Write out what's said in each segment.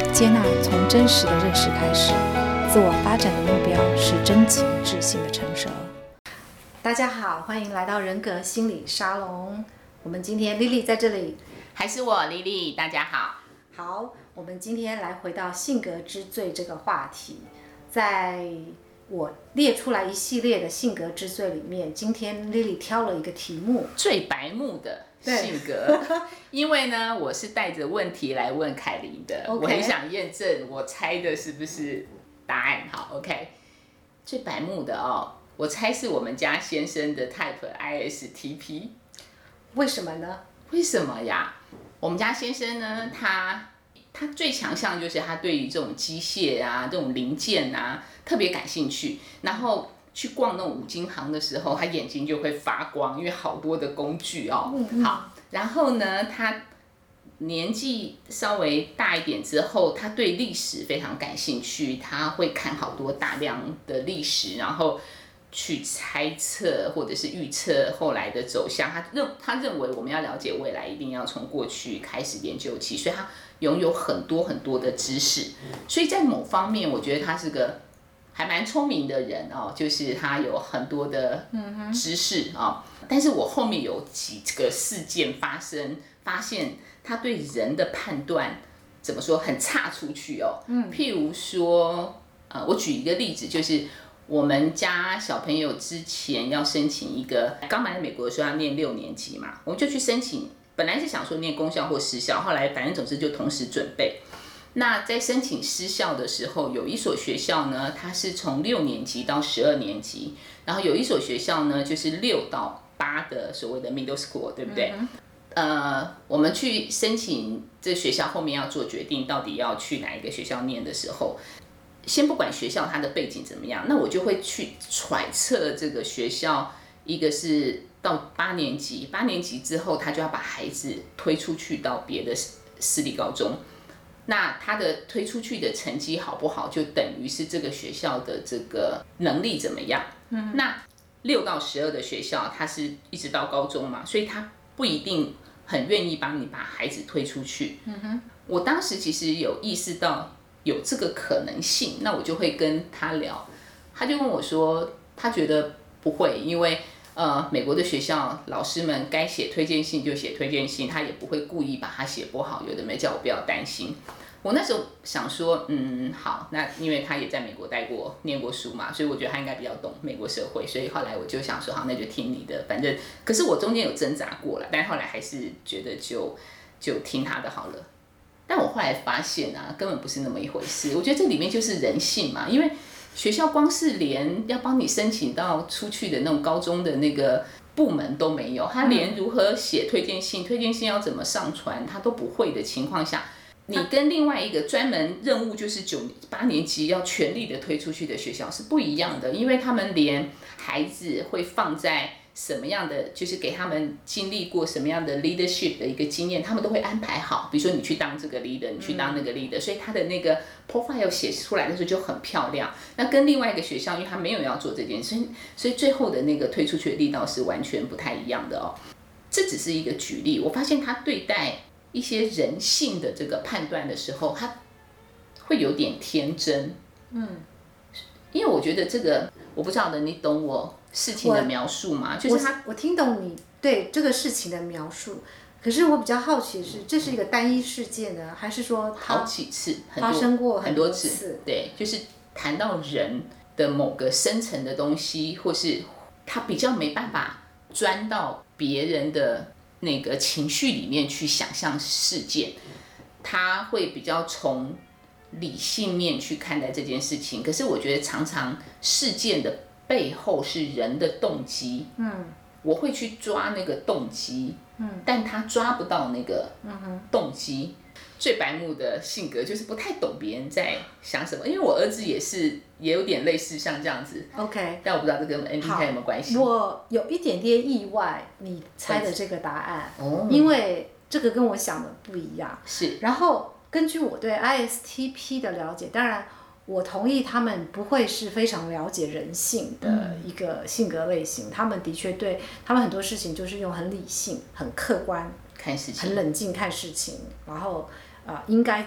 接纳从真实的认识开始，自我发展的目标是真情智性的成熟。大家好，欢迎来到人格心理沙龙。我们今天 Lily 在这里， 还是我 Lily， 大家好。 好，我们今天来回到性格之最这个话题。在我列出来一系列的性格之最里面，今天 Lily 挑了一个题目， 最白目的性格。因为呢，我是带着问题来问凯琳的， Okay. 我很想验证我猜的是不是答案。好 ，OK。最白目的哦，我猜是我们家先生的 Type ISTP。 为什么呢？ 为什么呀？我们家先生呢，他最强项就是他对于这种机械啊、这种零件啊特别感兴趣，然后去逛那种五金行的时候，他眼睛就会发光，因为好多的工具哦。好，然后呢，他年纪稍微大一点之后，他对历史非常感兴趣，他会看好多大量的历史，然后去猜测或者是预测后来的走向。他认为我们要了解未来，一定要从过去开始研究起，所以他拥有很多很多的知识。所以在某方面，我觉得他是个还蛮聪明的人哦，就是他有很多的知识哦。但是我后面有几个事件发生，发现他对人的判断怎么说很差出去哦。譬如说，我举一个例子，就是我们家小朋友之前要申请一个，刚来美国的时候要念6年级嘛，我们就去申请，本来是想说念公校或私校，后来反正总之就同时准备。那在申请私校的时候，有一所学校呢，它是从6年级到12年级，然后有一所学校呢，就是6到8的所谓的 middle school， 对不对？我们去申请这学校，后面要做决定，到底要去哪一个学校念的时候，先不管学校它的背景怎么样，那我就会去揣测这个学校，一个是到8年级，8年级之后，他就要把孩子推出去到别的私立高中。那他的推出去的成绩好不好，就等于是这个学校的这个能力怎么样。那6到12的学校，他是一直到高中嘛，所以他不一定很愿意帮你把孩子推出去。我当时其实有意识到有这个可能性，那我就会跟他聊，他就跟我说，他觉得不会，因为美国的学校老师们该写推荐信就写推荐信，他也不会故意把它写不好，有的没，叫我不要担心。我那时候想说，好，那因为他也在美国念过书嘛，所以我觉得他应该比较懂美国社会，所以后来我就想说，好，那就听你的，反正，可是我中间有挣扎过了，但后来还是觉得就听他的好了。但我后来发现啊，根本不是那么一回事。我觉得这里面就是人性嘛，因为学校光是连要帮你申请到出去的那种高中的那个部门都没有，他连如何写推荐信、推荐信要怎么上传，他都不会的情况下，你跟另外一个专门任务就是8年级要全力的推出去的学校是不一样的，因为他们连孩子会放在什么样的，就是给他们经历过什么样的 leadership 的一个经验，他们都会安排好。比如说你去当这个 leader， 你去当那个 leader，所以他的那个 profile 写出来的时候就很漂亮。那跟另外一个学校，因为他没有要做这件事，所以最后的那个推出去的力道是完全不太一样的哦。这只是一个举例，我发现他对待一些人性的这个判断的时候，他会有点天真。因为我觉得这个，我不知道的，你懂我事情的描述吗？就是我听懂你对这个事情的描述，可是我比较好奇的是，这是一个单一事件呢，还是说好几次发生过很多次？对，就是谈到人的某个深层的东西，或是他比较没办法钻到别人的那个情绪里面去想象事件，他会比较从理性面去看待这件事情。可是我觉得常常事件的背后是人的动机，我会去抓那个动机，但他抓不到那个动机。最白目的性格就是不太懂别人在想什么，因为我儿子也有点类似像这样子。 OK， 但我不知道这跟 MBTI 有没有关系。 我有一点点意外，你猜的这个答案，因为这个跟我想的不一样。 是， 然后根据我对 ISTP 的了解，当然我同意他们不会是非常了解人性的一个性格类型，他们的确对他们很多事情就是用很理性、很客观看事情， 很冷静看事情，然后应该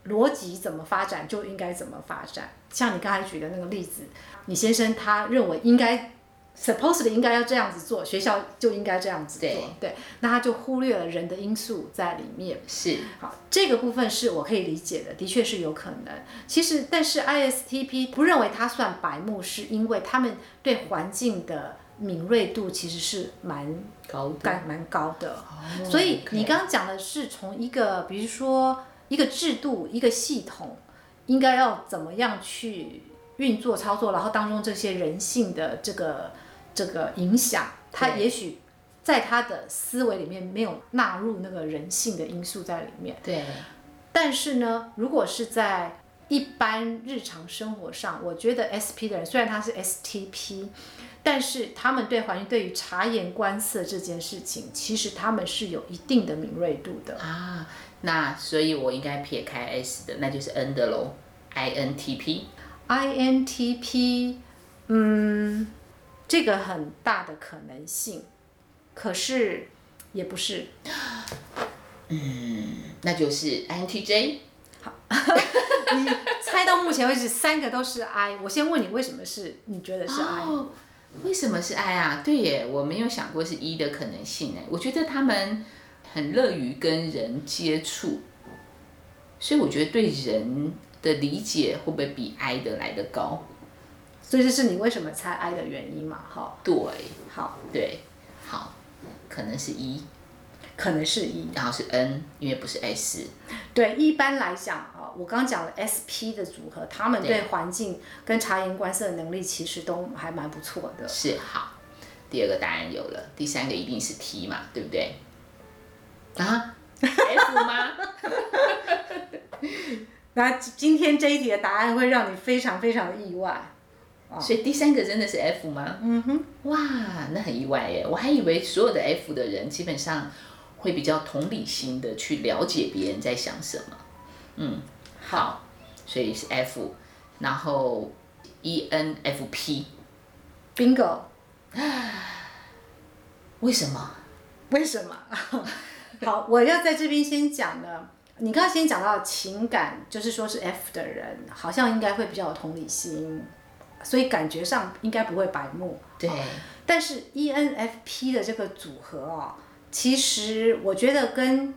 逻辑怎么发展就应该怎么发展。像你刚才举的那个例子，你先生他认为应该 supposedly 应该要这样子做，学校就应该这样子做，对，那他就忽略了人的因素在里面。 是， 好，这个部分是我可以理解的，的确是有可能。其实，但是 ISTP 不认为他算白目，是因为他们对环境的敏锐度其实是蛮高的。所以你刚刚讲的是从一个，比如说一个制度、一个系统，应该要怎么样去运作操作，然后当中这些人性的这个影响，他也许在他的思维里面没有纳入那个人性的因素在里面。 对。 但是呢，如果是在一般日常生活上，我觉得 SP 的人虽然他是 STP， 但是他们对环境、对于察言观色这件事情，其实他们是有一定的敏锐度的啊。那所以我应该撇开 S 的，那就是 N 的咯。 INTP， 这个很大的可能性，可是也不是。 那就是 INTJ。 好，你猜到目前为止3个都是 I， 我先问你为什么是？你觉得是 I？ 为什么是 I 啊？对耶，我没有想过是 E 的可能性哎。我觉得他们很乐于跟人接触，所以我觉得对人的理解会不会比 I 的来得高？ 所以这是你为什么猜 I 的原因嘛？哈。 对。 好。 对。好，可能是 E。 可能是 E， 然后是 N， 因为不是 S。 对，一般来讲我刚刚讲了 SP 的组合，他们对环境跟察言观色的能力其实都还蛮不错的。 是，好，第2个答案有了，第3个一定是 T 嘛，对不对？啊 ？F 吗？ 那今天这一题的答案会让你非常非常的意外。 所以第3个真的是 F 吗？哇，那很意外耶！我还以为所有的 F 的人基本上会比较同理心的去了解别人在想什么。好，所以是 F， 然后 ENFP。Bingo。为什么？ 好，我要在这边先讲呢。你刚刚先讲到情感，就是说是 F 的人，好像应该会比较有同理心。所以感觉上应该不会白目。 对。 但是 ENFP 的这个组合其实我觉得跟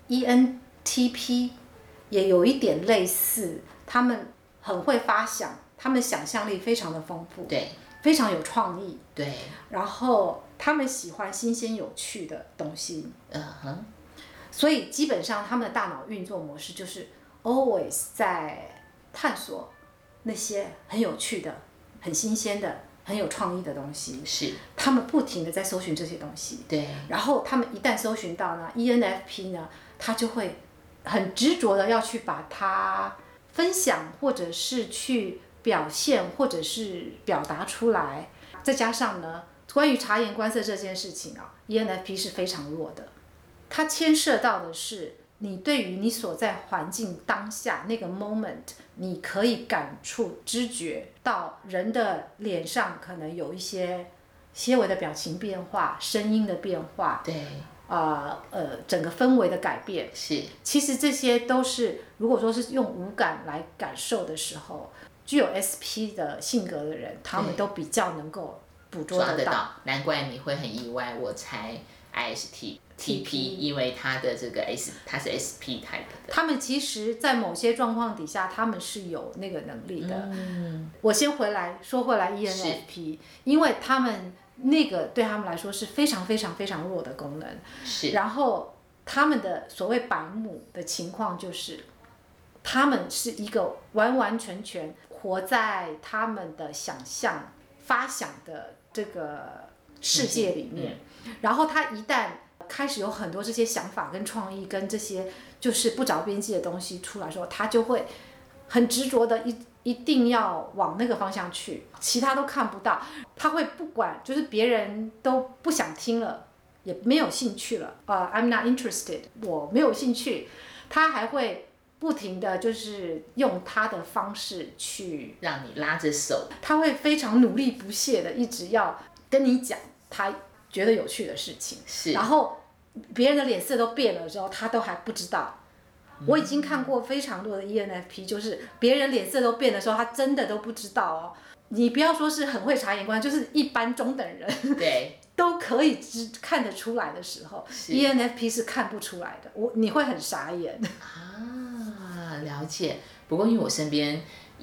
ENTP 也有一点类似，他们很会发想，他们想象力非常的丰富， 对， 非常有创意， 对。 然后他们喜欢新鲜有趣的东西。所以基本上他们的大脑运作模式就是 always 在探索那些很有趣的、很新鲜的、很有创意的东西。 是。 他们不停的在搜寻这些东西。 对。 然后他们一旦搜寻到呢 ，ENFP 呢，他就会很执着的要去把它分享，或者是去表现，或者是表达出来。再加上呢，关于察言观色这件事情ENFP 是非常弱的。它牵涉到的是你对于你所在环境当下那个 moment， 你可以感触、知觉到人的脸上可能有一些些微的表情变化、声音的变化， 对， 整个氛围的改变。 是。 其实这些都是，如果说是用五感来感受的时候，具有 SP 的性格的人，他们都比较能够捕捉得到。 难怪你会很意外，我猜 ISTP， 因为他的这个他是 SP type 的。 他们其实，在某些状况底下，他们是有那个能力的。我先说回来 ENFP， 因为他们那个对他们来说是非常非常非常弱的功能。 是。 然后他们的所谓白目的情况就是，他们是一个完完全全活在他们的想象、发想的这个世界里面。然后他一旦开始有很多这些想法跟创意跟这些就是不着边际的东西出来的时候，他就会很执着的一定要往那个方向去，其他都看不到。他会不管，就是别人都不想听了，也没有兴趣了，I'm not interested， 我没有兴趣，他还会不停的就是用他的方式去让你拉着手， 他会非常努力不懈的一直要跟你讲他觉得有趣的事情。 是。 然后别人的脸色都变了之后，他都还不知道。 我已经看过非常多的 ENFP， 就是别人脸色都变的时候，他真的都不知道哦。你不要说是很会察言观，就是一般中等人， 对， 都可以看得出来的时候，ENFP 是看不出来的，你会很傻眼。 啊，了解。不过因为我身边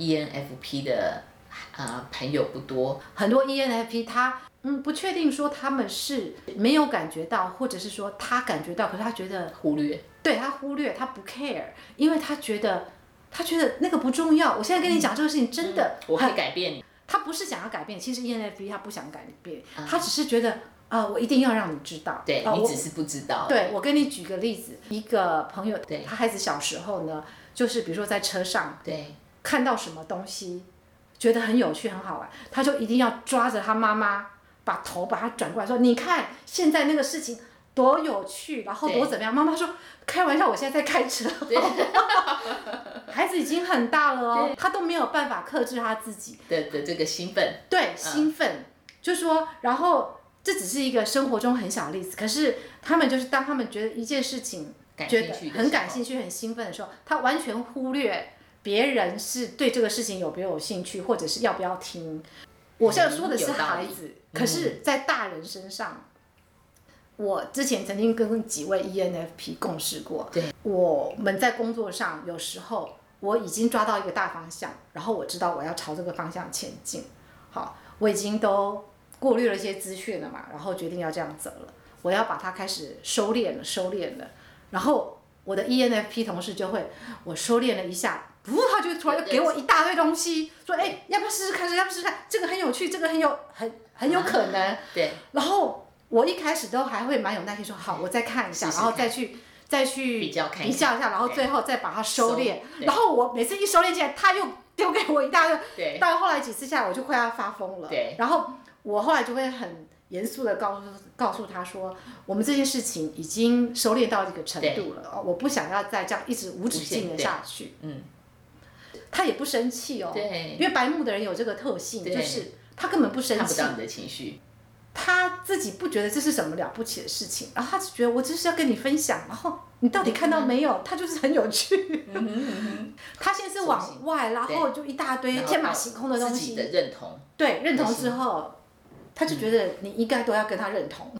ENFP 的朋友不多， 很多 ENFP 他不确定说他们是没有感觉到，或者是说他感觉到，可是他觉得忽略， 对，他忽略，他不 care， 因为他觉得那个不重要。我现在跟你讲这个事情真的， 我可以改变你。 他不是想要改变，其实 ENFP 他不想改变，他只是觉得我一定要让你知道。 对，你只是不知道。 对，我跟你举个例子，一个朋友， 对， 他孩子小时候呢，就是比如说在车上， 对， 看到什么东西，觉得很有趣很好玩，他就一定要抓着他妈妈，把他转过来说，你看现在那个事情多有趣，然后多怎么样？妈妈说开玩笑，我现在在开车。孩子已经很大了哦，他都没有办法克制他自己的这个兴奋。 对，兴奋，就说，然后这只是一个生活中很小的例子，可是他们就是当他们觉得一件事情觉得很感兴趣、很兴奋的时候，他完全忽略别人是对这个事情有没有兴趣，或者是要不要听。我现在说的是孩子，可是在大人身上。我之前曾经跟几位 ENFP 共事过， 对， 我们在工作上有时候我已经抓到一个大方向，然后我知道我要朝这个方向前进，好，我已经都过滤了一些资讯了嘛，然后决定要这样走了，我要把它开始收敛了，然后我的 ENFP 同事就会，我收敛了一下，他就突然给我一大堆东西，说要不要试试看，这个很有趣，这个很有可能， 对， 然后。我一开始都还会蛮有耐心说好，我再看一下，然后再去比较一下，然后最后再把它收敛。然后我每次一收敛起来，他又丢给我一大堆。到后来几次下来，我就快要发疯了。然后我后来就会很严肃的告诉他说，我们这件事情已经收敛到一个程度了，我不想要再这样一直无止境的下去。他也不生气哦，因为白目的人有这个特性，就是他根本不生气， 看不到你的情绪。 他自己不觉得这是什么了不起的事情，然后他只觉得我只是要跟你分享，然后你到底看到没有？他就是很有趣。他先是往外，然后就一大堆天马行空的东西。 自己的认同。 对，认同之后，他就觉得你应该都要跟他认同。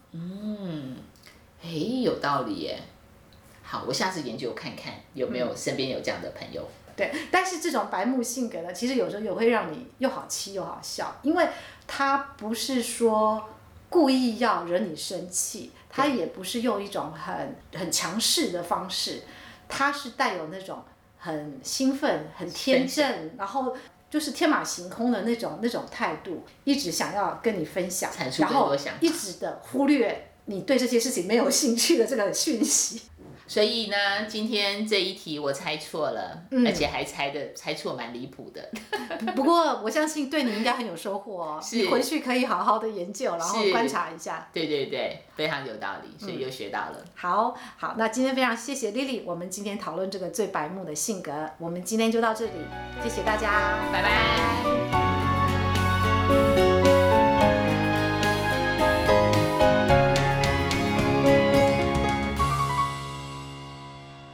有道理耶。好，我下次研究看看有没有身边有这样的朋友。 对，但是这种白目性格呢，其实有时候也会让你又好气又好笑，因为他不是说故意要惹你生气，他也不是用一种很强势的方式，他是带有那种很兴奋、很天真，然后就是天马行空的那种态度，一直想要跟你分享， 然后一直的忽略你对这些事情没有兴趣的这个讯息。 所以呢，今天这一题我猜错了，而且还猜错蛮离谱的。 不过我相信对你应该很有收获哦，你回去可以好好的研究，然后观察一下。 对，非常有道理，所以又学到了。 好，那今天非常谢谢 Lily， 我们今天讨论这个最白目的性格，我们今天就到这里，谢谢大家， 拜拜。